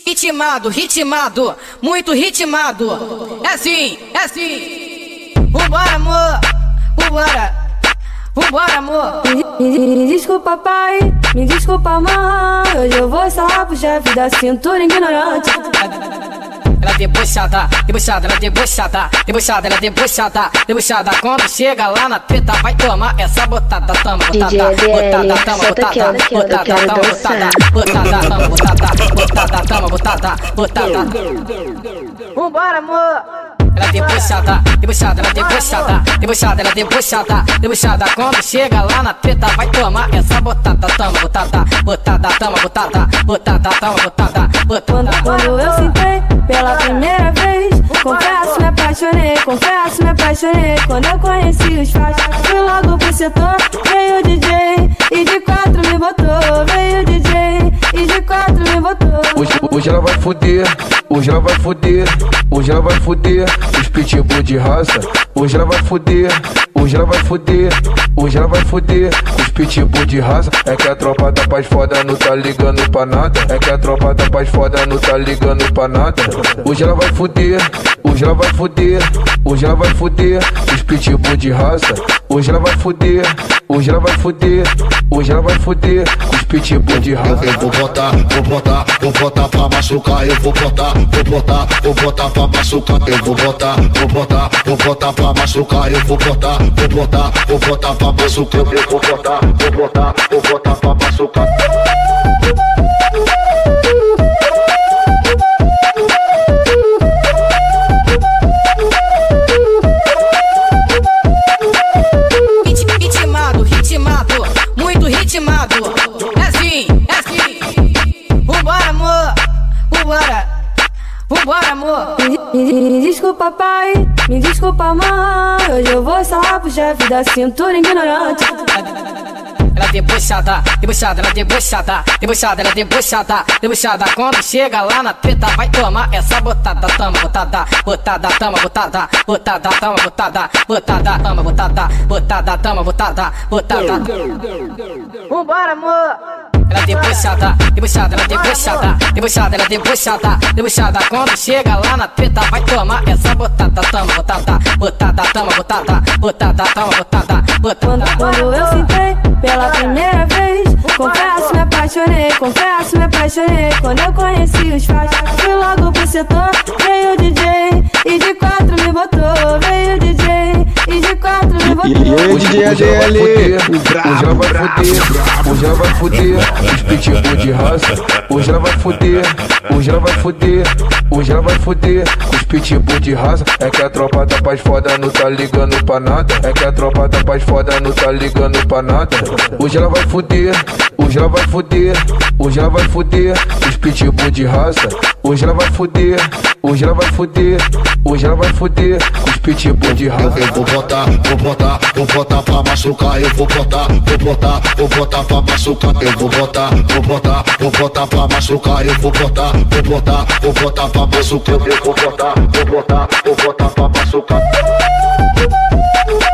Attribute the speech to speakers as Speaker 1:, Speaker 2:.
Speaker 1: Ritmado, ritmado, muito ritmado. É assim, é assim. Vambora, amor, vambora, vambora, amor.
Speaker 2: Me desculpa, pai, me desculpa, mãe. Hoje eu vou sarrar pro chefe da cintura ignorante.
Speaker 1: Ela debochada, debochada, ela debochada, debochada, ela debochada, debochada. Quando chega lá na treta vai tomar essa botada, tama, botada, botada, tama, botada, botada, tama, botada, botada, tama, botada, botada, tama, botada, botada. Vambora, amor. Ela debochada, debochada, ela debochada, debochada, ela debochada, debochada. Quando chega lá na treta vai tomar essa botada, tama, botada, botada, tama, botada, botada, tama, botada, botada.
Speaker 2: Quando eu sentei pela primeira vez, confesso, me apaixonei, confesso, me apaixonei. Quando eu conheci os faixas, fui logo pro setor. Veio o DJ e de quatro me botou. Veio o DJ e de quatro me botou.
Speaker 3: Hoje ela vai fuder, hoje ela vai fuder, hoje ela vai fuder os pitbull de raça. Hoje ela vai fuder, hoje ela vai fuder, hoje ela vai fuder os pitbull de raça. É que a tropa da paz foda não tá ligando pra nada. É que a tropa da paz foda não tá ligando pra nada. Hoje ela vai fuder, hoje ela vai fuder, hoje ela vai fuder os pitbull de raça. Hoje ela vai fuder, hoje ela vai fuder, hoje ela vai fuder os pitbull de raça.
Speaker 4: Eu vou botar, vou botar, vou botar pra machucar. Eu vou botar, vou botar, vou botar pra machucar. Eu vou botar, vou botar, vou botar pra machucar. Eu vou botar, vou botar, vou botar pra machucar. Eu vou botar, vou botar, vou botar pra machucar.
Speaker 1: Ritmado, ritmado, muito ritmado. É assim, é assim. Vambora, amor, vambora, vambora, amor.
Speaker 2: Me desculpa, pai, me desculpa, mãe. Hoje eu vou sarrar pro chefe da cintura ignorante.
Speaker 1: Ela debochada, debochada, ela debochada, debochada, ela debochada, debochada. Quando chega lá na treta vai tomar essa botada, tama, botada, botada, tama, botada, botada, tama, botada, botada, tama, botada, botada, tama, botada, botada. Vambora, amor. Ela debochada, debochada, ela debochada, debochada, ela debochada, debochada. Quando chega lá na treta vai tomar essa botada, tama, botada, botada, tama, botada, botada, tama, botada, botada.
Speaker 2: Quando eu sentei pela primeira vez, confesso, me apaixonei, confesso, me apaixonei. Quando eu conheci os faixas, fui logo pro setor. Veio o DJ e de quatro me botou. Veio o DJ e de quatro me botou.
Speaker 3: E o DJ ADL, hoje ela vai fuder, hoje ela vai fuder os pitbull de raça. Hoje ela vai fuder, hoje ela vai fuder, hoje ela vai fuder os pitbull de raça. É que a tropa da paz foda não tá ligando pra nada. É que a tropa da paz foda não tá ligando pra nada. Hoje ela vai fuder, hoje ela vai fuder, hoje ela vai fuder os pitbull de raça. Hoje ela vai fuder, hoje ela vai fuder, hoje ela vai fuder os pitbull de raça.
Speaker 4: Eu vou botar, vou botar, vou botar pra machucar. Eu vou botar, vou botar, vou botar pra machucar. Eu vou botar, vou botar, vou botar pra machucar. Eu vou botar, vou botar, vou botar pra machucar. Eu vou botar, vou botar, vou botar pra machucar.